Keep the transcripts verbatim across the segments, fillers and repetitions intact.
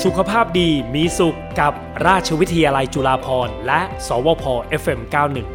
สุขภาพดีมีสุขกับราชวิทยาลัยจุฬาภรณ์และสวพ เอฟ เอ็ม เก้าสิบเอ็ด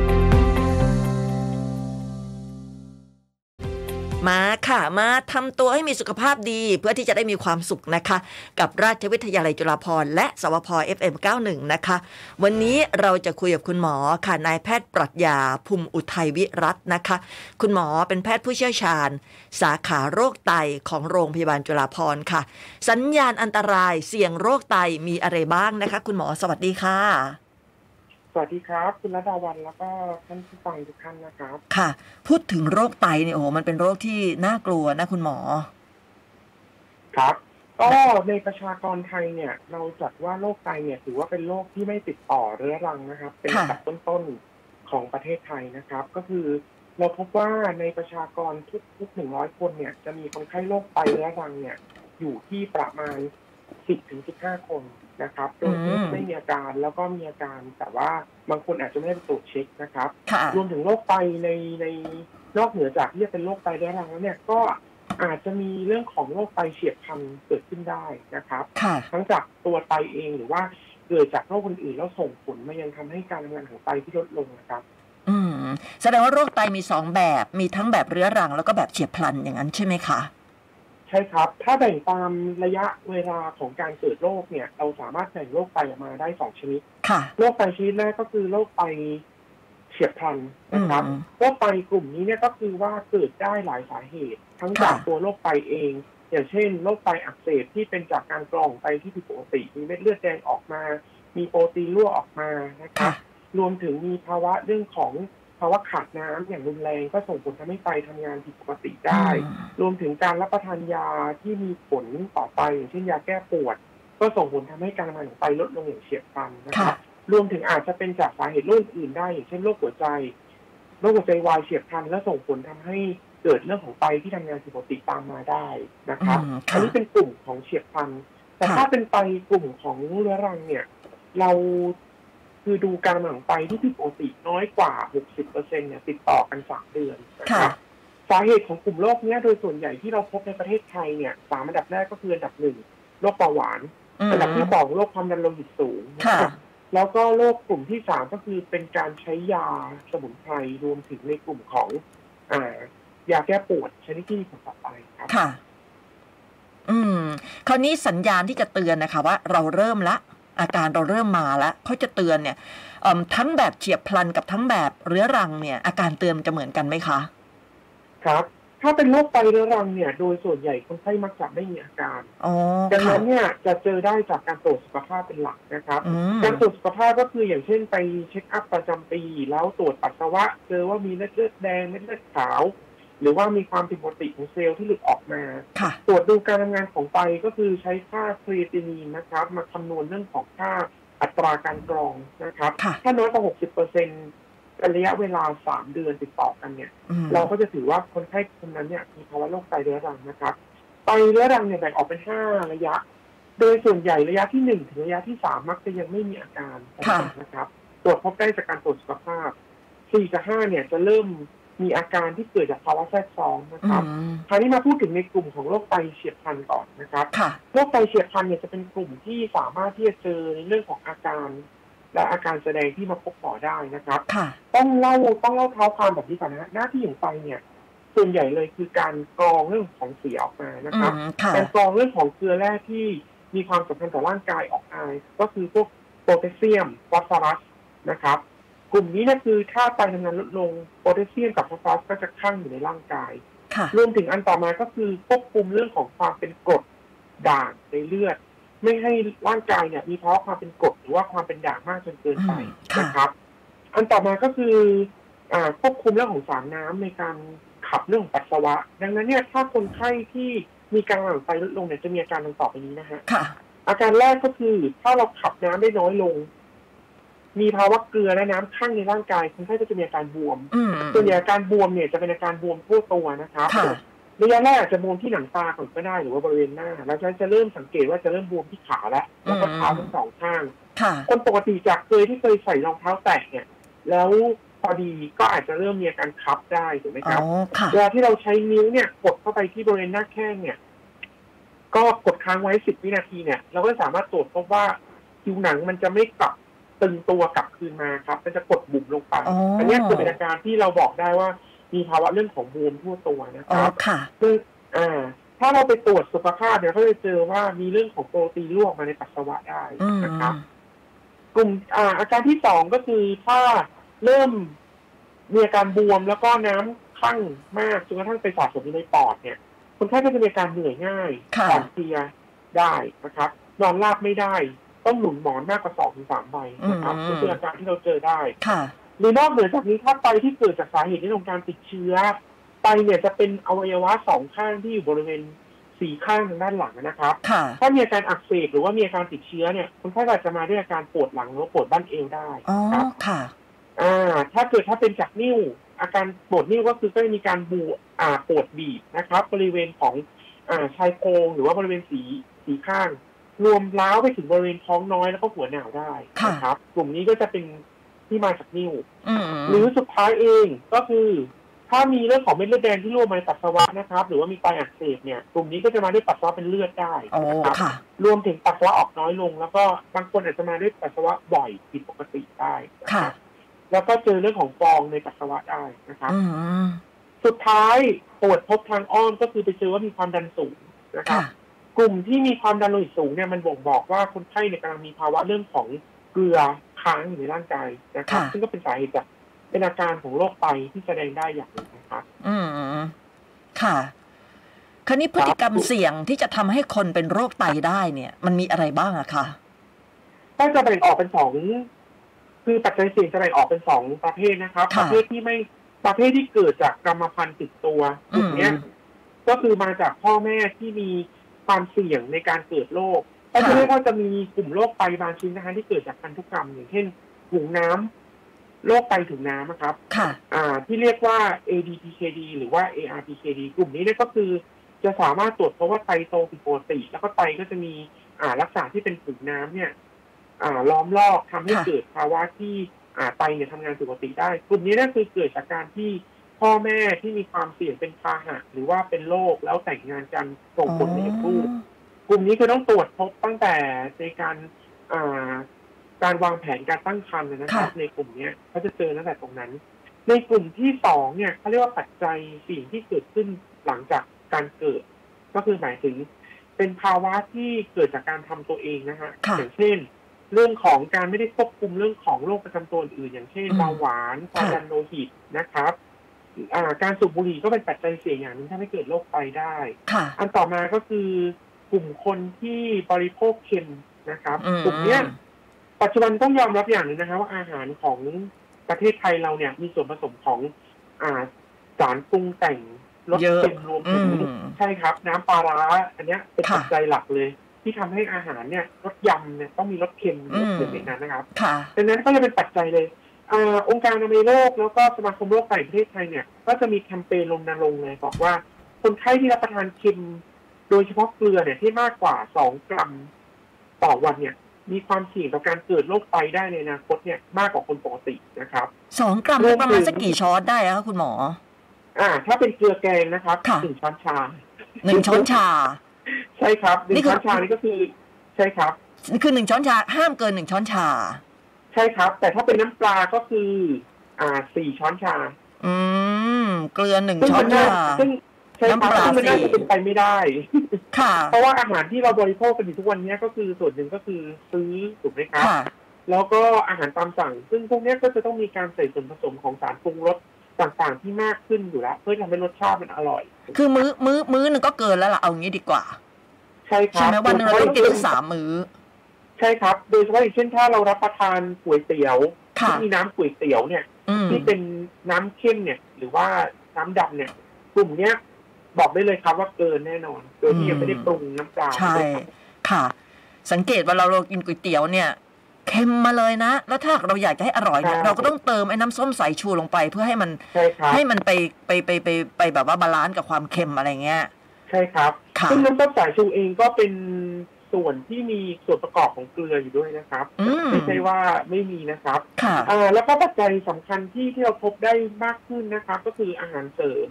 มาค่ะมาทำตัวให้มีสุขภาพดีเพื่อที่จะได้มีความสุขนะคะกับราชวิทยาลัยจุฬาภรณ์และสวพ เอฟ เอ็ม เก้าสิบเอ็ด นะคะวันนี้เราจะคุยกับคุณหมอค่ะนายแพทย์ปรัชญาภูมิอุทัยวิรัตน์นะคะคุณหมอเป็นแพทย์ผู้เชี่ยวชาญสาขาโรคไตของโรงพยาบาลจุฬาภรณ์ค่ะสัญญาณอันตรายเสี่ยงโรคไตมีอะไรบ้างนะคะคุณหมอสวัสดีค่ะสวัสดีครับคุณรัตดาวันแล้วก็ท่านผู้ฟังทุกท่านนะครับค่ะพูดถึงโรคไตเนี่ยโอ้โหมันเป็นโรคที่น่ากลัวนะคุณหมอครับก็ในประชากรไทยเนี่ยเราจัดว่าโรคไตเนี่ยถือว่าเป็นโรคที่ไม่ติดต่อเรื้อรังนะครับเป็นอันดับต้นๆของประเทศไทยนะครับก็คือเราพบว่าในประชากรทุกทุกหนึ่งร้อยคนเนี่ยจะมีคนไข้โรคไตเรื้อรังเนี่ยอยู่ที่ประมาณ สิบถึงสิบห้า คนนะครับโดยที่ไม่มีอาการแล้วก็มีอาการแต่ว่าบางคนอาจจะไม่ได้ตรวจเช็คนะครับรวมถึงโรคไตในในนอกเหนือจากที่จะเป็นโรคไตเรื้อรังแล้วเนี่ยก็อาจจะมีเรื่องของโรคไตเฉียบพลันเกิดขึ้นได้นะครับทั้งจากตัวไตเองหรือว่าเกิดจากโรคอื่นๆแล้วส่งผลมายังทำให้การทำงานของไตที่ลดลงนะครับอืมแสดงว่าโรคไตมีสองแบบมีทั้งแบบเรื้อรังแล้วก็แบบเฉียบพลันอย่างนั้นใช่ไหมคะใช่ครับถ้าแบ่งตามระยะเวลาของการเกิดโรคเนี่ยเราสามารถแบ่งโรคไตออกมาได้สองชนิดโรคไตชนิดแรกก็คือโรคไตเฉียบพลันนะครับโรคไตกลุ่มนี้เนี่ยก็คือว่าเกิดได้หลายสาเหตุทั้งจากตัวโรคไตเองอย่างเช่นโรคไตอักเสบที่เป็นจากการกรองไตที่ผิดปกติมีเม็ดเลือดแดงออกมามีโปรตีนรั่วออกมานะครับรวมถึงมีภาวะเรื่องของภาวะขาดน้ำอย่างรุนแรงก็ส่งผลทำให้ไตทำงานผิดปกติได้รวมถึงการรับประทานยาที่มีผลต่อไตอย่างเช่นยาแก้ปวดก็ส่งผลทำให้การทำงานของไตลดลงอย่างเฉียบพลันนะครับรวมถึงอาจจะเป็นจากสาเหตุโรคอื่นได้อย่างเช่นโรคหัวใจโรคหัวใจวายเฉียบพลันและส่งผลทำให้เกิดเรื่องของไตที่ทำงานผิดปกติตามมาได้นะครับอันนี้เป็นกลุ่มของเฉียบพลันแต่ถ้าเป็นไตกลุ่มของเรื้อรังเนี่ยเราคือดูการทำงานของไตที่ผิดปกติน้อยกว่า หกสิบเปอร์เซ็นต์ เนี่ยติดต่อกันสามเดือนนะครับสาเหตุของกลุ่มโรคนี้โดยส่วนใหญ่ที่เราพบในประเทศไทยเนี่ยสามอันดับแรกก็คืออันดับหนึ่งโรคเบาหวานอันดับที่สองโรคความดันโลหิตสูงนะครับแล้วก็โรคกลุ่มที่สามก็คือเป็นการใช้ยาสมุนไพรรวมถึงในกลุ่มของอ่ายาแก้ปวดชนิดที่มีผลต่อไตครับค่ะอืมคราวนี้สัญญาณที่จะเตือนนะคะว่าเราเริ่มละอาการเราเริ่มมาแล้วเขาจะเตือนเนี่ยทั้งแบบเฉียบพลันกับทั้งแบบเรื้อรังเนี่ยอาการเตือนจะเหมือนกันไหมคะครับถ้าเป็นโรคไตเรื้อรังเนี่ยโดยส่วนใหญ่คนไข้มักจะไม่มีอาการดังนั้นเนี่ยจะเจอได้จากการตรวจสุขภาพเป็นหลักนะครับการตรวจสุขภาพก็คืออย่างเช่นไปเช็คอัพประจำปีแล้วตรวจปัสสาวะเจอว่ามีเม็ดเลือดแดงเม็ดเลือดขาวหรือว่ามีความผิดปกติของเซลล์ที่หลุดออกมาตรวจดูการทำงานของไตก็คือใช้ค่าครีเอตินีนนะครับมาคำนวณเรื่องของค่าอัตราการกรองนะครับถ้าน้อยกว่า หกสิบเปอร์เซ็นต์ เป็นระยะเวลาสามเดือนติดต่อกันเนี่ยเราก็จะถือว่าคนไข้คนนั้นเนี่ยมีภาวะโรคไตเรื้อรังนะครับไตเรื้อรังเนี่ยแบ่งออกเป็นห้าระยะโดยส่วนใหญ่ระยะที่หนึ่งถึงระยะที่สามมักจะยังไม่มีอาการนะครับตรวจพบได้จากการตรวจสุขภาพสี่กับห้าเนี่ยจะเริ่มมีอาการที่เกิดจากภาวะแทรกซ้อนนะครับคราวนี้มาพูดถึงในกลุ่มของโรคไตเฉียบพลันก่อนนะครับโรคไตเฉียบพลันเนี่ยจะเป็นกลุ่มที่สามารถที่จะเจอในเรื่องของอาการและอาการแสดงที่มาพบหมอได้นะครับต้องเล่าต้องเล่าเท้าความแบบนี้ก่อนนะหน้าที่ของไตเนี่ยส่วนใหญ่เลยคือการกรองเรื่องของเสียออกมานะครับการกรองเรื่องของเกลือแร่ที่มีความสำคัญต่อร่างกายออกมาก็คือพวกโพแทสเซียมฟอสฟอรัสนะครับกลุ่มนี้นะคือถ้าไตทำงานลดลงโพแทสเซียมกับฟอสฟอรัสก็จะคั่งอยู่ในร่างกายรวมถึงอันต่อมาก็คือควบคุมเรื่องของความเป็นกรดด่างในเลือดไม่ให้ร่างกายเนี่ยมีภาวะความเป็นกรดหรือว่าความเป็นด่างมากจนเกินไปนะครับอันต่อมาก็คืออ่าควบคุมเรื่องของสารน้ำในการขับเรื่องของปัสสาวะดังนั้นเนี่ยถ้าคนไข้ที่มีการหลั่งไตลดลงเนี่ยจะมีอาการดังต่อไปนี้นะฮะอาการแรกก็คือถ้าเราขับน้ำได้น้อยลงมีภาวะเกลือและน้ำคั่งในร่างกายคนไข้ก็จะมีอาการบวมส่วนใหญ่อาการบวมเนี่ยจะเป็นอาการบวมทั่วตัวนะครับระยะแรกอาจจะบวมที่หนังตาก่อนก็ได้หรือว่าบริเวณหน้าแล้วฉันจะเริ่มสังเกตว่าจะเริ่มบวมที่ขาแล้วแล้วก็เท้าทั้งสองข้างคนปกติจากเคยที่เคยใส่รองเท้าแตะเนี่ยแล้วพอดีก็อาจจะเริ่มมีอาการคับได้ถูกไหมครับเวลาที่เราใช้นิ้วเนี่ยกดเข้าไปที่บริเวณหน้าแข้งเนี่ยก็กดคค้างไว้สิบวินาทีเนี่ยเราก็สามารถตรวจพบว่าผิวหนังมันจะไม่กลับตึงตัวกลับคืนมาครับมันจะกดบุ๋มลงไปอ, อันนี้คือเป็นอาการที่เราบอกได้ว่ามีภาวะเรื่องของบวมทั่วตัวนะครับซึ่งอ่าถ้าเราไปตรวจสุขภาพเนี่ยก็จะเจอว่ามีเรื่องของโปรตีนรั่วมาในปัสสาวะได้นะครับกลุ่มอ่าอาการที่สองก็คือถ้าเริ่มมีอาการบวมแล้วก็น้ำคั่งมากจนกระทั่งไปสะสมในปอดเนี่ยคนไข้ก็จะมีอาการเหนื่อยง่ายอ่อนเพลียได้นะครับนอนราบไม่ได้ต้องหนุนหมอนมากกว่าสองถึงสามใบนะครับนี่คืออาการที่เราเจอได้หรือนอกเหนือจากนี้ถ้าไตที่เกิดจากสาเหตุของการติดเชื้อไตเนี่ยจะเป็นอวัยวะสองข้างที่อยู่บริเวณสี่ข้างทางด้านหลังนะครับถ้ามีอาการอักเสบหรือว่ามีอาการติดเชื้อเนี่ยคนไข้อาจจะมาด้วยอาการปวดหลังหรือปวดบั้นเอวได้ครับอ่าถ้าเกิดถ้าเป็นจากนิ้วอาการปวดนิ้วก็คือก็จะมีการบูอ่าปวดบีบนะครับบริเวณของอ่าชายโครงหรือว่าบริเวณสีสีข้างรวมล้าวไปถึงบริเวณท้องน้อยแล้วก็หัวหนาวได้นะครับกลุ่มนี้ก็จะเป็นที่มาจากนิ้วหรือสุดท้ายเองก็คือถ้ามีเรื่องของเม็ดเลือดแดงที่รั่วมาในปัสสาวะนะครับหรือว่ามีไตอักเสบเนี่ยกลุ่มนี้ก็จะมาด้วยปัสสาวะเป็นเลือดได้นะครับรวมถึงปัสสาวะออกน้อยลงแล้วก็บางคนอาจจะมาด้วยปัสสาวะบ่อยผิดปกติได้นะครับแล้วก็เจอเรื่องของฟองในปัสสาวะได้นะครับสุดท้ายตรวจพบทางอ้อมก็คือไปเจอว่ามีความดันสูงนะครับกลุ่มที่มีความดันโลหิตสูงเนี่ยมันบ่งบอกว่าคนไข้เนี่ยกำลังมีภาวะเรื่องของเกลือค้างอยู่ในร่างกายนะครับซึ่งก็เป็นสาเหตุจากเป็นอาการของโรคไตที่แสดงได้อย่างหนึ่งนะครับอืมค่ะคราวนี้พฤติกรรมเสี่ยงที่จะทำให้คนเป็นโรคไตได้เนี่ยมันมีอะไรบ้างอะคะก็จะแบ่งออกเป็นสองคือปัจจัยเสี่ยงจะแบ่งออกเป็นสองประเภทนะครับประเภทที่ไม่ประเภทที่เกิดจากกรรมพันธุ์ติดตัวอย่างเนี้ยก็คือมาจากพ่อแม่ที่มีความเสี่ยงในการเกิดโรคก็จะเรียกว่าจะมีกลุ่มโรคไตบางชนิดนะคะที่เกิดจากพันธุกรรมอย่างเช่นถุงน้ำโรคไตถุงน้ำนะครับอ่าที่เรียกว่า เอ ดี พี เค ดี หรือว่า เอ อาร์ พี เค ดี กลุ่มนี้เนี่ยก็คือจะสามารถตรวจเพราะว่าไตโตผิดปกติแล้วก็ไตก็จะมีอ่าลักษณะที่เป็นถุงน้ำเนี่ยอ่าล้อมรอบทำให้เกิดภาวะที่อ่าไตเนี่ยทำงานปกติได้กลุ่มนี้นั่นคือเกิดจากการที่พ่อแม่ที่มีความเสี่ยงเป็นพาหะหรือว่าเป็นโรคแล้วแต่งงานกันส่งผลในลูกกลุ่มนี้ก็ต้องตรวจพบตั้งแต่ในการอ่าการวางแผนการตั้งครรภ์นะครับในกลุ่มนี้เขาจะเจอตั้งแต่ตรงนั้นในกลุ่มที่สองเนี่ยเขาเรียกว่าปัจจัยสิ่งที่เกิดขึ้นหลังจากการเกิดก็คือหมายถึงเป็นภาวะที่เกิดจากการทำตัวเองนะฮะอย่างเช่นเรื่องของการไม่ได้ควบคุมเรื่องของโรคประจำตัวอื่นอย่างเช่นเบาหวานความดันโลหิตนะครับการสูบบุหรี่ก็เป็นปัจจัยเสี่ยงอย่างนึงทำให้เกิดโรคไตได้อันต่อมาก็คือกลุ่มคนที่บริโภคเค็มนะครับกลุ่มนี้ปัจจุบันต้องยอมรับอย่างนึงนะครับว่าอาหารของประเทศไทยเราเนี่ยมีส่วนผสมของอ่าสารปรุงแต่งรสเค็มรวมถึงใช่ครับน้ำปลาร้าอันนี้เป็นปัจจัยหลักเลยที่ทำให้อาหารเนี่ยรสยำเนี่ยต้องมีรสเค็มอยู่ในนั้นนะครับดังนั้นก็จะเป็นปัจจัยเลยอ่าองค์การอนามัยโลกแล้วก็สมาคมโรคไตประเทศไทยเนี่ยก็จะมีแคมเปญรณรงค์เลยบอกว่าคนไข้ที่รับประทานเค็มโดยเฉพาะเกลือเนี่ยที่มากกว่าสองกรัมต่อวันเนี่ยมีความเสี่ยงต่อการเกิดโรคไตได้ในอนาคตเนี่ยมากกว่าคนปกตินะครับสองกรัมประมาณสักกี่ช้อนได้คะคุณหมออ่าถ้าเป็นเกลือแกงนะครับหนึ่งช้อนชาหนึ่งช้อนชาใช่ครับหนึ่งช้อนชานี่ก็คือใช่ครับนี่คือหนึ่งช้อนชาห้ามเกินหนึ่งช้อนชาใช่ครับแต่ถ้าเป็นน้ำปลาก็คืออ่าสี่ช้อนชาอืมเกลือหนึ่งช้อนชาซึ่งน้ำปลาซึ่งมันน่าจะเป็นไปไม่ได้ค่ะเพราะว่าอาหารที่เราบริโภคกันอยู่ทุกวันนี้ก็คือส่วนหนึ่งก็คือซื้อถูกไหมครับแล้วก็อาหารตามสั่งซึ่งพวกนี้ก็จะต้องมีการใส่ส่วนผสมของสารปรุงรสต่างๆที่มากขึ้นอยู่แล้วเพื่อทำให้รสชาติมันอร่อยคือมื้อมื้อมื้อนึงก็เกินแล้วล่ะเอางี้ดีกว่าใช่ครับใช่ไหมวันนึงเราต้องกินสามมื้อใช่ครับโดยเฉพาะอย่างเช่นถ้าเรารับประทานก๋วยเตี๋ยวที่มีน้ำก๋วยเตี๋ยวเนี่ยที่เป็นน้ำเข้มเนี่ยหรือว่าน้ำดำเนี่ยกลุ่มเนี้ยบอกได้เลยครับว่าเกินแน่นอนโดยที่ยังไม่ได้ปรุงน้ำปลาใช่ค่ะสังเกตว่าเราเรากินก๋วยเตี๋ยวเนี่ยเค็มมาเลยนะแล้วถ้าเราอยากจะให้อร่อยเนี่ยเราก็ต้องเติมไอ้น้ำส้มสายชูลงไปเพื่อให้มันให้มันไปไปไปไปไปแบบว่าบาลานซ์กับความเค็มอะไรเงี้ยใช่ครับซึ่งน้ำส้มสายชูเองก็เป็นส่วนที่มีส่วนประกอบของเกลืออยู่ด้วยนะครับไม่ใช่ว่าไม่มีนะครับอ่าแล้วก็ปัจจัยสำคัญที่ที่เราพบได้มากขึ้นนะครับก็คืออาหารเสริม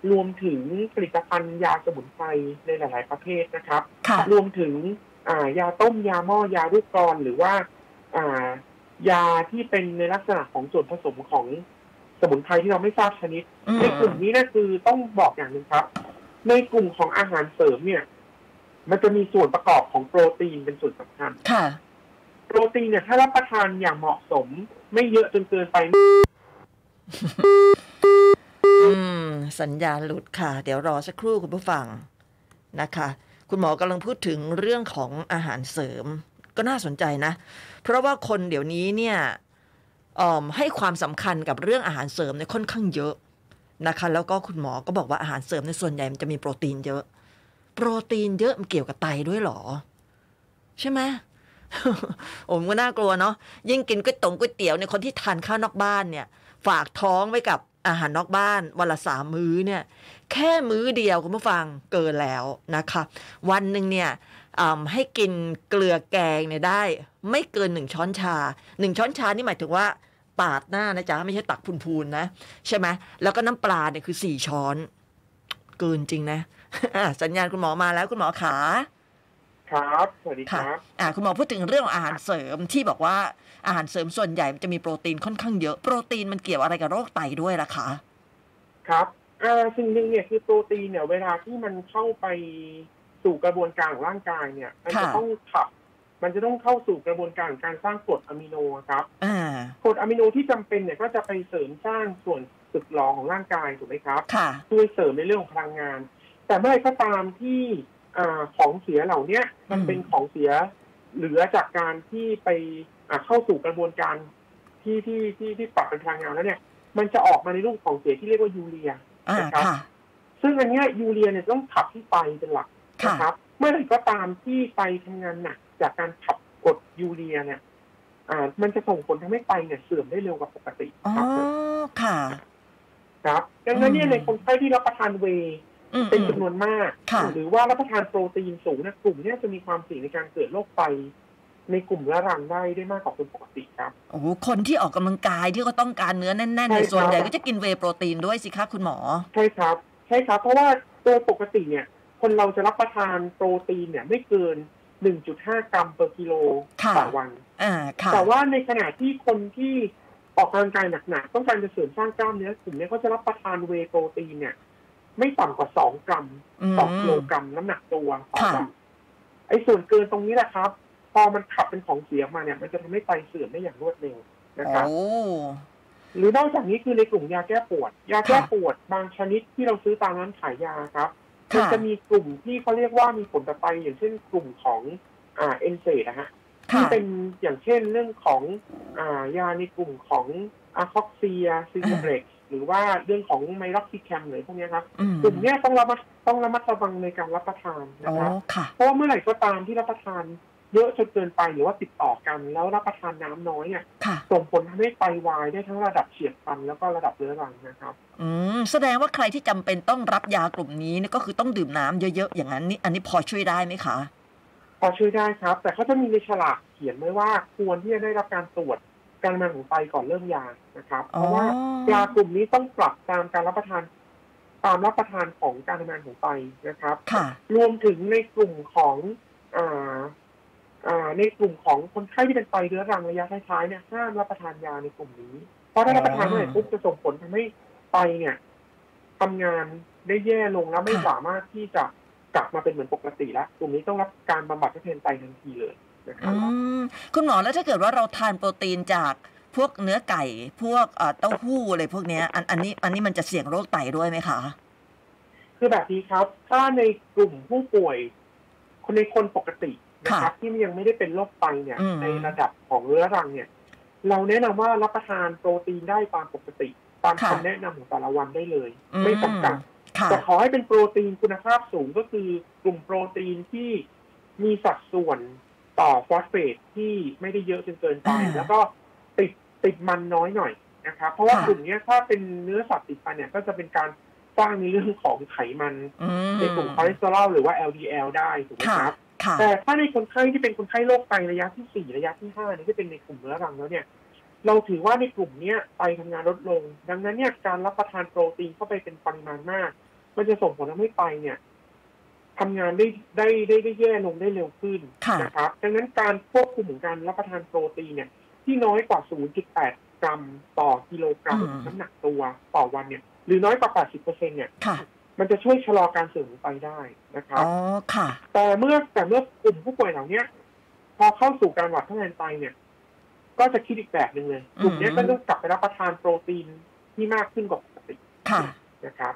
รวมถึงผลิตภัณฑ์ยาสมุนไพรในหลายๆประเภทนะครับรวมถึงยาต้มยาหม้อยาลูกกลอนหรือว่ายาที่เป็นในลักษณะของส่วนผสมของสมุนไพรที่เราไม่ทราบชนิดในกลุ่มนี้นะคือต้องบอกอย่างหนึ่งครับในกลุ่มของอาหารเสริมเนี่ยมันจะมีส่วนประกอบของโปรตีนเป็นส่วนสำคัญค่ะโปรตีนเนี่ยถ้ารับประทานอย่างเหมาะสมไม่เยอะจนเกินไปอืมสัญญาณหลุดค่ะเดี๋ยวรอสักครู่คุณผู้ฟังนะคะคุณหมอกำลังพูดถึงเรื่องของอาหารเสริมก็น่าสนใจนะเพราะว่าคนเดี๋ยวนี้เนี่ยให้ความสำคัญกับเรื่องอาหารเสริมเนี่ยค่อนข้างเยอะนะคะแล้วก็คุณหมอก็บอกว่าอาหารเสริมในส่วนใหญ่มันจะมีโปรตีนเยอะโปรตีนเยอะมันเกี่ยวกับไตด้วยหรอใช่ไหม โอ้มันก็น่ากลัวเนาะยิ่งกินก๋วยตงก๋วยเตี๋ยวเนี่ยคนที่ทานข้าวนอกบ้านเนี่ยฝากท้องไว้กับอาหารนอกบ้านวันละสามมื้อเนี่ยแค่มื้อเดียวคุณผู้ฟังเกินแล้วนะคะวันหนึ่งเนี่ยให้กินเกลือแกงเนี่ยได้ไม่เกินหนึ่งช้อนชาหนึ่งช้อนชานี่หมายถึงว่าปาดหน้านะจ๊ะไม่ใช่ตักพูนๆนะใช่ไหมแล้วก็น้ำปลาเนี่ยคือสี่ช้อนเกินจริงนะ สัญญาณคุณหมอมาแล้วคุณหมอขาครับสวัสดีครับอ่าคุณหมอพูดถึงเรื่องอาหารเสริมที่บอกว่าอาหารเสริมส่วนใหญ่มันจะมีโปรตีนค่อนข้างเยอะโปรตีนมันเกี่ยวอะไรกับโรคไตด้วยล่ะคะครับอ่าสิ่งหนึ่งเนี่ยคือโปรตีนเนี่ยเวลาที่มันเข้าไปสู่กระบวนการของร่างกายเนี่ยมันจะต้องขับมันจะต้องเข้าสู่กระบวนการการสร้างกรดอะมิโนครับกรดอะมิโนที่จำเป็นเนี่ยก็จะไปเสริมสร้างส่วนสึกหรอของร่างกายถูกไหมครับช่วยเสริมในเรื่องของพลังงานแต่เมื่อไรก็ตามที่ของเสียเหล่านี้มันเป็นของเสียเหลือจากการที่ไปเข้าสู่กระบวนการที่ที่ที่ที่ปรับเป็นพลังงานแล้วเนี่ยมันจะออกมาในรูปของเสียที่เรียกว่ายูเรียนะครับซึ่งอันนี้ยูเรียเนี่ยต้องขับที่ไตเป็นหลักนะครับเมื่อไหร่ก็ตามที่ไตทำงานหนักจากการขับกรดยูเรียเนี่ยอ่ามันจะส่งผลทำให้ไตเนี่ยเสื่อมได้เร็วกว่าปกติครับค่ะครับดังนั้นเนี่ยในคนไข้ที่รับประทานเวย์เป็นจำนวนมากหรือว่ารับประทานโปรตีนสูงเนี่ยกลุ่มนี้จะมีความเสี่ยงในการเกิดโรคไตในกลุ่มเรื้อรังได้ได้มากกว่าคนปกติครับโอ้โหคนที่ออกกำลังกายที่ก็ต้องการเนื้อแน่นๆในส่วนใหญ่ก็จะกินเวย์โปรตีนด้วยสิคะคุณหมอใช่ครับใช่ครับเพราะว่าโดยปกติเนี่ยคนเราจะรับประทานโปรตีนเนี่ยไม่เกิน หนึ่งจุดห้า กรัมต่อกิโลต่อวันแต่ว่าในขณะที่คนที่ออกกำลังกายหนักๆต้องการจะเสริมสร้างกล้ามเนื้อกลุ่มนี้เขาจะรับประทานเวย์โปรตีนเนี่ยไม่ต่ำกว่าสองกรัมต่อกิโลกรัมน้ำหนักตัวต่อวันไอ้ส่วนเกินตรงนี้แหละครับพอมันขับเป็นของเสียมาเนี่ยมันจะทำให้ไตเสื่อมได้อย่างรวดเร็วนะครับหรือนอกจากนี้คือในกลุ่มยาแก้ปวดยาแก้ปวดบางชนิดที่เราซื้อตามร้านขายยาครับมันจะมีกลุ่มที่เขาเรียกว่ามีผลต่อไตอย่างเช่นกลุ่มของอ่าเอนเซดนะฮะที่เป็นอย่างเช่นเรื่องของอ่ายาในกลุ่มของอะคอกเซียซิลิเบรกหรือว่าเรื่องของไมล็อกซิแคมเลยพวกนี้ครับกลุ่มนี้ต้องระมัดต้องระมัดระวังในการรับประทานนะครับเพราะว่าเมื่อไหร่ก็ตามที่รับประทานเยอะจนเกินไปหรือว่าติดต่อกันแล้วรับประทานน้ำน้อยเนี่ยส่งผลทำให้ไตวายได้ทั้งระดับเฉียบพลันแล้วก็ระดับเรื้อรังนะครับอืมแสดงว่าใครที่จำเป็นต้องรับยากลุ่มนี้นี่ก็คือต้องดื่มน้ำเยอะๆอย่างนั้นนี่อันนี้พอช่วยได้ไหมคะพอช่วยได้ครับแต่เขาจะมีในฉลากเขียนไว้ว่าควรที่จะได้รับการตรวจการทำงานของไตก่อนเริ่มยานะครับเพราะว่ายากลุ่มนี้ต้องปรับตามการรับประทานตามรับประทานของการทำงานของไตนะครับรวมถึงในกลุ่มของอ่าในกลุ่มของคนไข้ที่เป็นไตเรื้อรังระยะท้ายๆเนี่ยห้ามรับประทานยาในกลุ่มนี้เพราะถ้ารับประทานเมื่อไหร่ปุ๊บจะส่งผลทำให้ไตเนี่ยทำงานได้แย่ลงแล้วไม่สามารถที่จะกลับมาเป็นเหมือนปกติแล้วกลุ่มนี้ต้องรับการบำบัดทดแทนไตทันทีเลยนะครับคุณหมอแล้วถ้าเกิดว่าเราทานโปรตีนจากพวกเนื้อไก่พวกเต้าหู้อะไรพวกนี้อันอันนี้อันนี้มันจะเสี่ยงโรคไตด้วยไหมคะคือแบบนี้ครับถ้าในกลุ่มผู้ป่วยคนในคนปกตินะครับที่ยังไม่ได้เป็นโรคไตเนี่ยในระดับของเรื้อรังเนี่ยเราแนะนำว่ารับประทานโปรตีนได้ตามปกติตามคำแนะนำของแต่ละวันได้เลยไม่จำกัดแต่ขอให้เป็นโปรตีนคุณภาพสูงก็คือกลุ่มโปรตีนที่มีสัดส่วนต่อฟอสเฟตที่ไม่ได้เยอะจนเกินไปแล้วก็ติดติดมันน้อยหน่อยนะครับเพราะว่ากลุ่มนี้ถ้าเป็นเนื้อสัตว์ติดมันเนี่ยก็จะเป็นการสร้างในเรื่องของไขมันในกลุ่มคอเลสเตอรอลหรือว่า แอล ดี แอล ได้ถูกไหมครับแต่ถ้าในคนไข้ที่เป็นคนไข้โรคไตระยะที่สี่ระยะที่ห้าเนี่ยที่เป็นในกลุ่มเรื้อรังแล้วเนี่ยเราถือว่าในกลุ่มนี้ไตทำงานลดลงดังนั้นเนี่ยการรับประทานโปรตีนเข้าไปเป็นปริมาณมากมันจะส่งผลทำให้ไตเนี่ยทำงานได้ได้ได้ได้แย่ลงได้เร็วขึ้นนะครับดังนั้นการควบคุมของการรับประทานโปรตีนเนี่ยที่น้อยกว่า ศูนย์จุดแปด กรัมต่อกิโลกรัมน้ำหนักตัวต่อวันเนี่ยหรือน้อยกว่า แปดสิบเปอร์เซ็นต์ เนี่ยมันจะช่วยชะลอการเสื่อมของไตได้นะครับอ๋อค่ะแต่เมื่อแต่เมื่อกลุ่มผู้ป่วยเหล่านี้พอเข้าสู่การหวัดทดแทนไตเนี่ยก็จะคิดอีกแบบนึงเลยกลุ่มนี้ก็ต้องกลับไปรับประทานโปรตีนที่มากขึ้นกว่าปกตินะครับ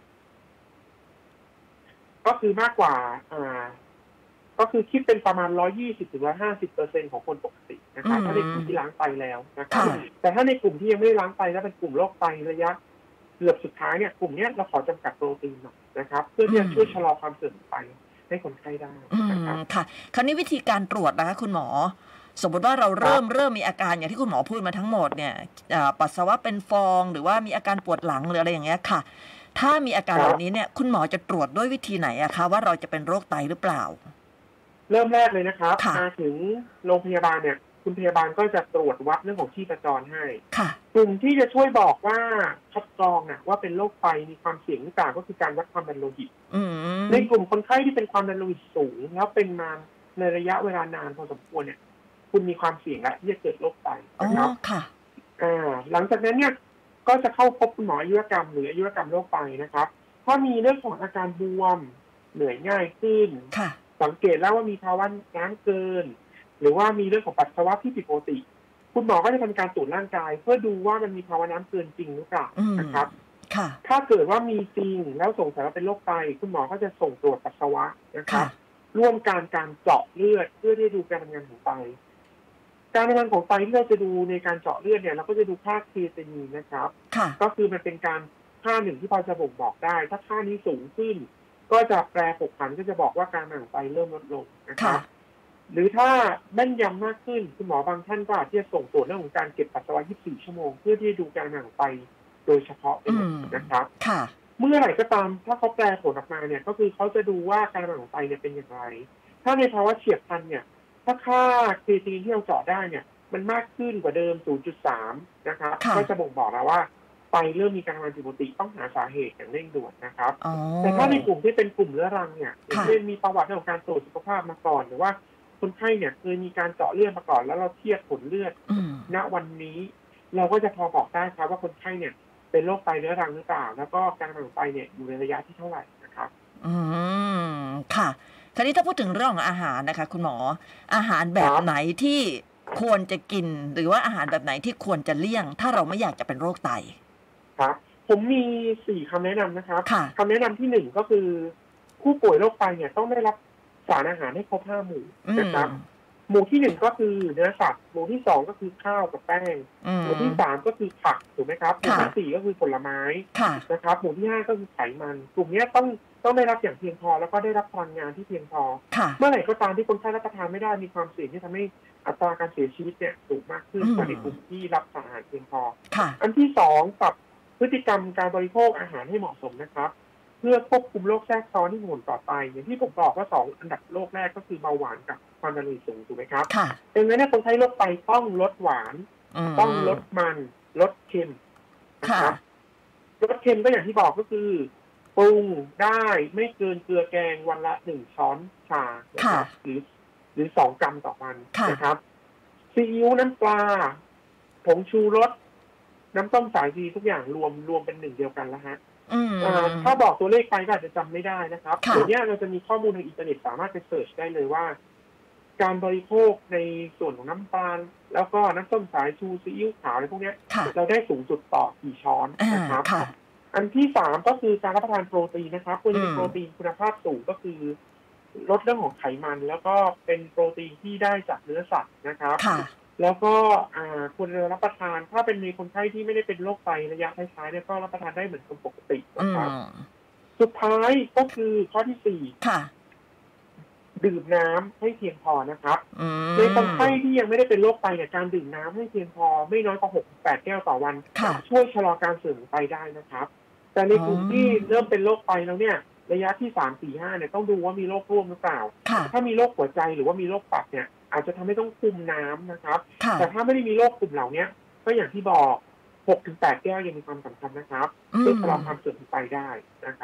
ก็คือมากกว่าอ่าก็คือคิดเป็นประมาณ หนึ่งร้อยยี่สิบถึงหนึ่งร้อยห้าสิบเปอร์เซ็นต์ ของคนปกตินะครับถ้าในกลุ่มที่ล้างไตแล้วนะครับแต่ถ้าในกลุ่มที่ยังไม่ล้างไตและเป็นกลุ่มโรคไตระยะเกือบสุดท้ายเนี่ยกลุ่มนี้เราขอจำกัดโปรตีนหน่อยนะครับเพื่อที่จะช่วยชะลอความเสื่อมไตให้คนไข้ได้นะครับค่ะคราวนี้วิธีการตรวจนะคะคุณหมอสมมติว่าเราเริ่มเริ่มมีอาการอย่างที่คุณหมอพูดมาทั้งหมดเนี่ยปัสสาวะเป็นฟองหรือว่ามีอาการปวดหลังหรืออะไรอย่างเงี้ยค่ะถ้ามีอาการเหล่านี้เนี่ยคุณหมอจะตรวจด้วยวิธีไหนอะคะว่าเราจะเป็นโรคไตหรือเปล่าเริ่มแรกเลยนะครับมาถึงโรงพยาบาลเนี่ยคุณพยาบาลก็จะตรวจวัดเรื่องของชีพจรให้กลุ่มที่จะช่วยบอกว่าคัดกรองน่ะว่าเป็นโรคไตมีความเสี่ยงหรือเปล่าก็คือการวัดความดันโลหิตในกลุ่มคนไข้ที่เป็นความดันโลหิตสูงแล้วเป็นมาในระยะเวลานานพอสมควรเนี่ยคุณมีความเสี่ยงและที่จะเกิดโรคไตนะครับอ่าหลังจากนั้นเนี่ยก็จะเข้าพบคุณหมออายุรกรรมหรืออายุรกรรมโรคไตนะครับถ้ามีเรื่องของอาการบวมเหนื่อยง่ายขึ้นสังเกตแล้วว่ามีภาวะน้ำเกินหรือว่ามีเรื่องของปัสสาวะที่ผิดปกติคุณหมอก็จะทำการตรวจร่างกายเพื่อดูว่ามันมีภาวะน้ำเกินจริงหรือเปล่านะครับถ้าเกิดว่ามีจริงแล้วสงสัยว่าเป็นโรคไตคุณหมอก็จะส่งตรวจปัสสาวะนะครับร่วมการการเจาะเลือดเพื่อที่จะดูการทำงานของไตการทำงานของไตที่เราจะดูในการเจาะเลือดเนี่ยเราก็จะดูค่าครีเอตินีนนะครับก็คือมันเป็นการค่าหนึ่งที่พอจะบ่งบอกได้ถ้าค่านี้สูงขึ้นก็จะแปรผกผันก็จะบอกว่าการทำงานของไตเริ่มลดลงนะครับหรือถ้าแม่นยำมากขึ้นคุณหมอบางท่านก็อาจจะส่งตรวจเรื่องของการเก็บปัสสาวะยี่สิบสี่ชั่วโมงเพื่อที่จะดูการทำงานของไตโดยเฉพาะนะครับเมื่อไหร่ก็ตามถ้าเขาแปลผลออกมาเนี่ยก็คือเขาจะดูว่าการทำงานของไตเนี่ยเป็นอย่างไรถ้าในภาวะเฉียบพลันเนี่ยถ้าค่าครีเอตินินที่เราเจาะได้เนี่ยมันมากขึ้นกว่าเดิม ศูนย์จุดสาม นะครับก็จะบ่งบอกแล้วว่าไตเริ่มมีการทำงานผิดปกติต้องหาสาเหตุอย่างเร่งด่วนนะครับแต่ถ้าในกลุ่มที่เป็นกลุ่มเรื้อรังเนี่ยเช่นมีประวัติเรื่องของการตรวจสุขภาพมาก่อนหรือว่าคนไข้เนี่ยเคยมีการเจาะเลือดมาก่อนแล้วเราเทียบผลเลือดณวันนี้เราก็จะพอบอกได้ครับว่าคนไข้เนี่ยเป็นโรคไตเรื้อรังหรือเปล่าแล้วก็การทำงานของไตเนี่ยอยู่ในระยะที่เท่าไหร่นะครับอืมค่ะคราวนี้ถ้าพูดถึงเรื่องของอาหารนะคะคุณหมออาหารแบบไหนที่ควรจะกินหรือว่าอาหารแบบไหนที่ควรจะเลี่ยงถ้าเราไม่อยากจะเป็นโรคไตครับผมมีสี่คำแนะนำนะครับคำแนะนำที่หนึ่งก็คือผู้ป่วยโรคไตเนี่ยต้องได้รับสารอาหารให้ครบห้าหมู่นะครับหมู่ที่หนึ่งก็คือเนื้อสัตว์หมู่ที่สองก็คือข้าวกับแป้งหมู่ที่สามก็คือผักถูกไหมครับหมู่ที่สี่ก็คือผลไม้นะครับหมู่ที่ห้าก็คือไขมันกลุ่มนี้ต้องต้องได้รับอย่างเพียงพอแล้วก็ได้รับพลังงานที่เพียงพอเมื่อไหร่ก็ตามที่คนไข้รับประทานไม่ได้มีความเสี่ยงที่ทำให้อัตราการเสียชีวิตเนี่ยสูงมากขึ้นกว่าในกลุ่มที่รับสารอาหารเพียงพออันที่สองปรับพฤติกรรมการบริโภคอาหารให้เหมาะสมนะครับเพื่อควบคุมโรคแทรกซ้อนที่ผลต่อไปอย่างที่ผมบอกว่าสองอันดับโรคแรกก็คือเบาหวานกับความดันโลหิตสูงถูกไหมครับดังนั้นคนไข้โรคไตต้องลดหวานต้องลดมันลดเค็มนะครับลดเค็มก็อย่างที่บอกก็คือปรุงได้ไม่เกินเกลือแกงวันละหนึ่งช้อนชานะครับหรือหรือสองกรัมต่อวันนะครับซีอิ๊วน้ำปลาผงชูรสน้ำต้มสายดีทุกอย่างรวมรวมเป็นหนึ่งเดียวกันแล้วฮะถ้าบอกตัวเลขไปก็อาจจะจำไม่ได้นะครับเดี๋ยวนี้เราจะมีข้อมูลทางอินเทอร์เน็ตสามารถไปเสิร์ชได้เลยว่าการบริโภคในส่วนของน้ำตาลแล้วก็น้ำส้มสายชูซีอิ๊วขาวอะไรพวกนี้เราได้สูงสุดต่อกี่ช้อนนะครับอันที่สามก็คือการรับประทานโปรตีนนะครับควรจะเป็นโปรตีนคุณภาพสูงก็คือลดเรื่องของไขมันแล้วก็เป็นโปรตีนที่ได้จากเนื้อสัตว์นะครับแล้วก็ควรจะรับประทานถ้าเป็นมีคนไข้ที่ไม่ได้เป็นโรคไตระยะท้ายๆเนี่ยก็รับประทานได้เหมือนคนปกตินะครับสุดท้ายก็คือข้อที่สี่ดื่มน้ำให้เพียงพอนะครับในคนไข้ที่ยังไม่ได้เป็นโรคไตเนี่ยการดื่มน้ำให้เพียงพอไม่น้อยกว่าหกถึงแปดแก้วต่อวันช่วยชะลอการเสื่อมไตได้นะครับแต่ในกลุ่มที่เริ่มเป็นโรคไตแล้วเนี่ยระยะที่สาม สี่ ห้าเนี่ยต้องดูว่ามีโรคร่วมหรือเปล่าถ้ามีโรคหัวใจหรือว่ามีโรคตับเนี่ยอาจจะทำให้ต้องคุมน้ำนะครับแต่ถ้าไม่ได้มีโรคกลุ่มเหล่านี้ก็อย่างที่บอก หกถึงแปด แก้วยังมีความสำคัญนะครับเพื่อชะลอความเสื่อมไตได้นะครับ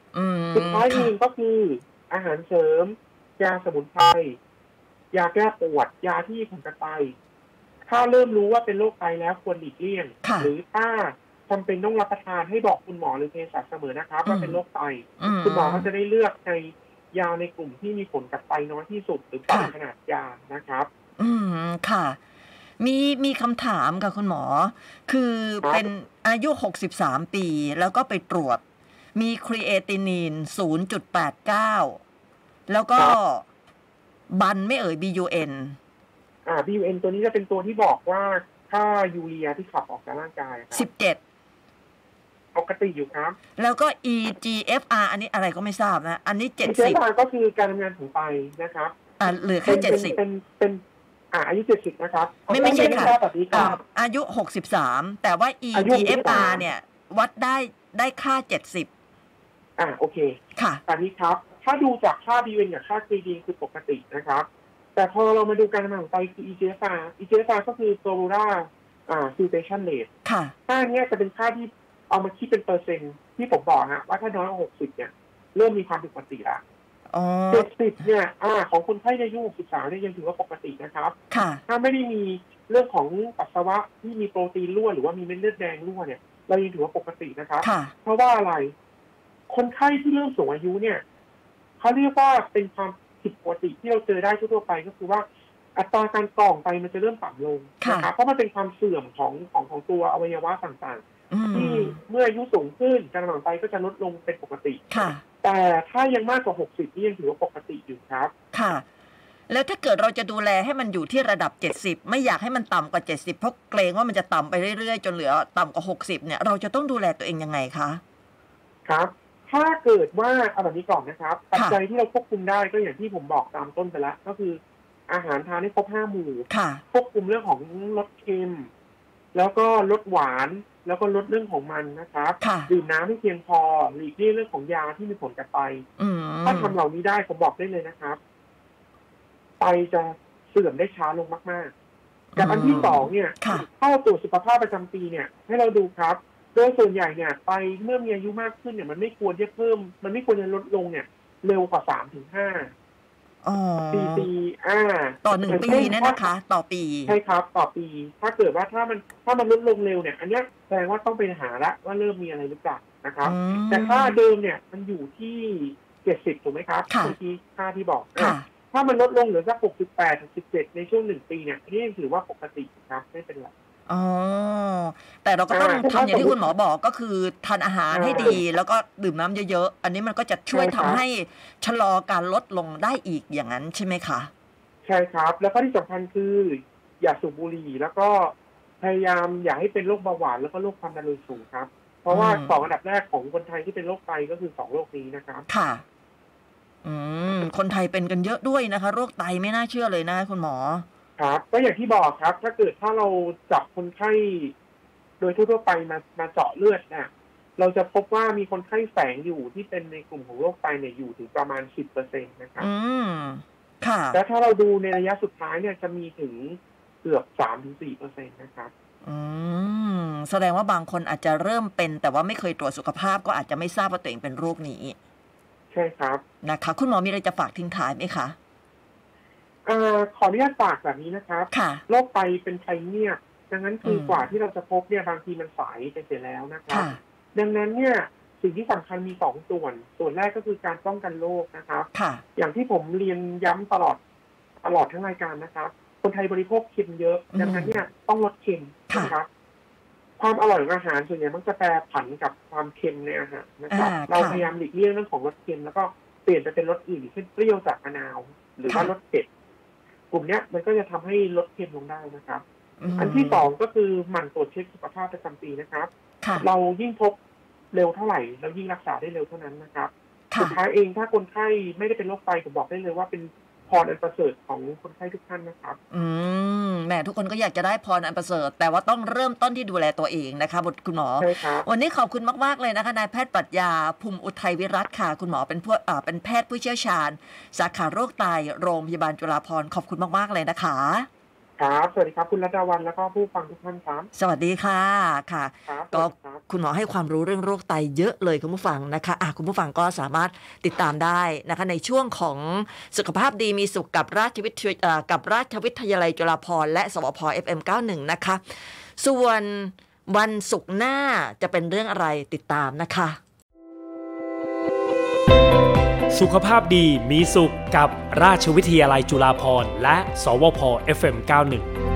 สุดท้ายเองก็คืออาหารเสริมยาสมุนไพรยาแก้ปวดยาที่มีผลกระไตถ้าเริ่มรู้ว่าเป็นโรคไตแล้วควรหลีกเลี่ยงหรือถ้าจำเป็นต้องรับประทานให้บอกคุณหมอหรือเภสัชเสมอนะครับว่าเป็นโรคไตคุณหมอก็จะได้เลือกในยาในกลุ่มที่มีผลกับไตน้อยที่สุดหรือปริมาณขนาดยานะครับอืมค่ะมีมีคำถามค่ะคุณหมอคือเป็นอายุหกสิบสามปีแล้วก็ไปตรวจมีครีเอตินิน ศูนย์จุดแปดเก้า แล้วก็บันไม่เอ่ย บี ยู เอ็นอ่า บี ยู เอ็น ตัวนี้จะเป็นตัวที่บอกว่าค่ายูเรียที่ขับออกจากร่างกายครับสิบเจ็ดปกติอยู่ครับแล้วก็ อี จี เอฟ อาร์ อันนี้อะไรก็ไม่ทราบนะอันนี้เจ็ดสิบอี จี เอฟ อาร์ ก็คือการทำงานของไตนะครับอ่าเหลือแค่เจ็ดสิบเป็นเป็นอ่าอายุเจ็ดสิบนะครับไม่ไม่ใช่ค่ะอายุหกสิบสามแต่ว่า อี จี เอฟ อาร์ เนี่ยวัดได้ได้ค่าเจ็ดสิบอ่าโอเคค่ะตอนนี้ครับถ้าดูจากค่า บี ยู เอ็น กับค่า ซี ดี คือปกตินะครับแต่พอเรามาดูการทำงานของไตคือ อี จี เอฟ อาร์ อี จี เอฟ อาร์ ก็คือ glomerular อ่า filtration rate ค่ะค่านี้จะเป็นค่าที่เอามาคิดเป็นเปอร์เซ็นต์ที่ผมบอกฮะว่าถ้าน้อยกว่าหกสิบเนี่ยเริ่มมีความผิดปกติแล้วเจ็ดสิบเนี่ยอ่าของคนไข้ในอายุหกสิบสามเนี่ยยังถือว่าปกตินะครับถ้าไม่ได้มีเรื่องของปัสสาวะที่มีโปรตีนรั่วหรือว่ามีเม็ดเลือดแดงรั่วเนี่ยเรายังถือว่าปกตินะครับเพราะว่าอะไรคนไข้ที่เริ่มสูงอายุเนี่ยเขาเรียกว่าเป็นความผิดปกติที่เราเจอได้ทั่วไปก็คือว่าอัตราการกร่องไตมันจะเริ่มต่ำลงนะครับเพราะมันเป็นความเสื่อมของของของตัวอวัยวะต่างๆที่เมื่ออายุสูงขึ้นการหลั่งไตก็จะลดลงเป็นปกติแต่ถ้ายังมากกว่าหกสิบนี่ยังถือว่าปกติอยู่ครับค่ะแล้วถ้าเกิดเราจะดูแลให้มันอยู่ที่ระดับเจ็ดสิบไม่อยากให้มันต่ำกว่าเจ็ดสิบเพราะเกรงว่ามันจะต่ำไปเรื่อยๆจนเหลือต่ำกว่าหกสิบเนี่ยเราจะต้องดูแลตัวเองยังไงคะครับถ้าเกิดว่าเอาแบบนี้ก่อนนะครับปัจจัยที่เราควบคุมได้ก็อย่างที่ผมบอกตามต้นไปแล้วก็คืออาหารทานให้ครบห้าหมู่ควบคุมเรื่องของลดเค็มแล้วก็ลดหวานแล้วก็ลดเรื่องของมันนะครับดื่มน้ำให้เพียงพอหลีกเลี่ยงเรื่องของยาที่มีผลกับไตถ้าทำเหล่านี้ได้ผมบอกได้เลยนะครับไตจะเสื่อมได้ช้าลงมากๆกับอันที่สองเนี่ยถ้าเราตรวจสุขภาพประจำปีเนี่ยให้เราดูครับโดยส่วนใหญ่เนี่ยไตเมื่อมีอายุมากขึ้นเนี่ยมันไม่ควรจะเพิ่มมันไม่ควรจะลดลงเนี่ยเร็วกว่าสามถึงห้าปีปีอ่าต่อหนึ่งปีนั่นนะคะต่อปีใช่ครับต่อปีถ้าเกิดว่าถ้ามันถ้ามันลดลงเร็วเนี่ยอันนี้แสดงว่าต้องไปหาละว่าเริ่มมีอะไรหรือเปล่านะครับแต่ค่าเดิมเนี่ยมันอยู่ที่เจ็ดสิบถูกไหมครับเมื่อกี้ค่าที่บอกถ้ามันลดลงเหลือสักหกสิบแปดถึงสิบเจ็ดในช่วงหนึ่งปีเนี่ยอันนี้ยังถือว่าปกติครับไม่เป็นไรอ๋อแต่เราก็ต้องทำอย่างที่คุณหมอบอกก็คือทานอาหารให้ดีแล้วก็ดื่มน้ำเยอะๆอันนี้มันก็จะช่วยทำให้ชะลอการลดลงได้อีกอย่างนั้นใช่ไหมคะใช่ครับแล้วก็ที่สำคัญคืออย่าสูบบุหรี่แล้วก็พยายามอย่าให้เป็นโรคเบาหวานแล้วก็โรคความดันโลหิตสูงครับเพราะว่าสองอันดับแรกของคนไทยที่เป็นโรคไตก็คือสองโรคนี้นะครับค่ะอืมคนไทยเป็นกันเยอะด้วยนะคะโรคไตไม่น่าเชื่อเลยนะคุณหมอครับก็อย่างที่บอกครับถ้าเกิดถ้าเราจับคนไข้โดยทั่วๆไปมามาเจาะเลือดเนี่ยเราจะพบว่ามีคนไข้แฝงอยู่ที่เป็นในกลุ่มของโรคไตเนี่ยอยู่ถึงประมาณ สิบเปอร์เซ็นต์ นะครับอืมค่ะแล้วถ้าเราดูในระยะสุดท้ายเนี่ยจะมีถึงเกือบ สามถึงสี่เปอร์เซ็นต์ นะครับอืมแสดงว่าบางคนอาจจะเริ่มเป็นแต่ว่าไม่เคยตรวจสุขภาพก็อาจจะไม่ทราบว่าตัวเองเป็นโรคนี้ใช่ครับนะคะคุณหมอมีอะไรจะฝากทิ้งท้ายไหมคะอ่าขออนุญาตฝากแบบนี้นะครับโรคไตเป็นภัยเงียบดังนั้นคือกว่าที่เราจะพบเนี่ยบางทีมันสายไปเสียแล้วนะครับดังนั้นเนี่ยสิ่งที่สำคัญมีสองส่วนส่วนแรกก็คือการป้องกันโรคนะครับอย่างที่ผมเรียนย้ำตลอดตลอดทั้งรายการนะครับคนไทยบริโภคเค็มเยอะดังนั้นเนี่ยต้องลดเค็มนะครับความอร่อยของอาหารส่วนใหญ่มันจะแปรผันกับความเค็มในอาหารนะครับเราพยายามหลีกเลี่ยงเรื่องของรสเค็มแล้วก็เปลี่ยนไปเป็นรสอื่นเช่นเปรี้ยวจากมะนาวหรือว่ารสเผ็ดกลุ่มนี้มันก็จะทำให้ลดเค็มลงได้นะครับอันที่สองก็คือหมั่นตรวจเช็คสุขภาพประจำปีนะครับเรายิ่งพบเร็วเท่าไหร่เรายิ่งรักษาได้เร็วเท่านั้นนะครับสุดท้ายเองถ้าคนไข้ไม่ได้เป็นโรคไตผมบอกได้เลยว่าเป็นพรอันประเสริฐของคนไข้ทุกท่านนะครับอืมแหมทุกคนก็อยากจะได้พรอันประเสริฐแต่ว่าต้องเริ่มต้นที่ดูแลตัวเองนะคะบุตรคุณหมอใช่ครับวันนี้ขอบคุณมากๆเลยนะคะนายแพทย์ปรัชญาภูมิอุทัยวิรัตน์ค่ะคุณหมอเป็นผู้อ่าเป็นแพทย์ผู้เชี่ยวชาญสาขาโรคไตโรงพยาบาลจุฬาภรณ์ขอบคุณมากๆเลยนะคะครับสวัสดีครับคุณรัตดาวันแล้วก็ผู้ฟังทุกท่านครับสวัสดีค่ะค่ะก็คุณหมอให้ความรู้เรื่องโรคไตเยอะเลยคุณผู้ฟังนะคะอ่ะคุณผู้ฟังก็สามารถติดตามได้นะคะในช่วงของสุขภาพดีมีสุขกับราชวิทยากับราชวิทยาลัยจุฬาภรณ์และสวพ เอฟ เอ็ม เก้าสิบเอ็ด นะคะส่วนวันศุกร์หน้าจะเป็นเรื่องอะไรติดตามนะคะสุขภาพดีมีสุขกับราชวิทยาลัยจุฬาภรณ์และสวพ เอฟ เอ็ม เก้าสิบเอ็ด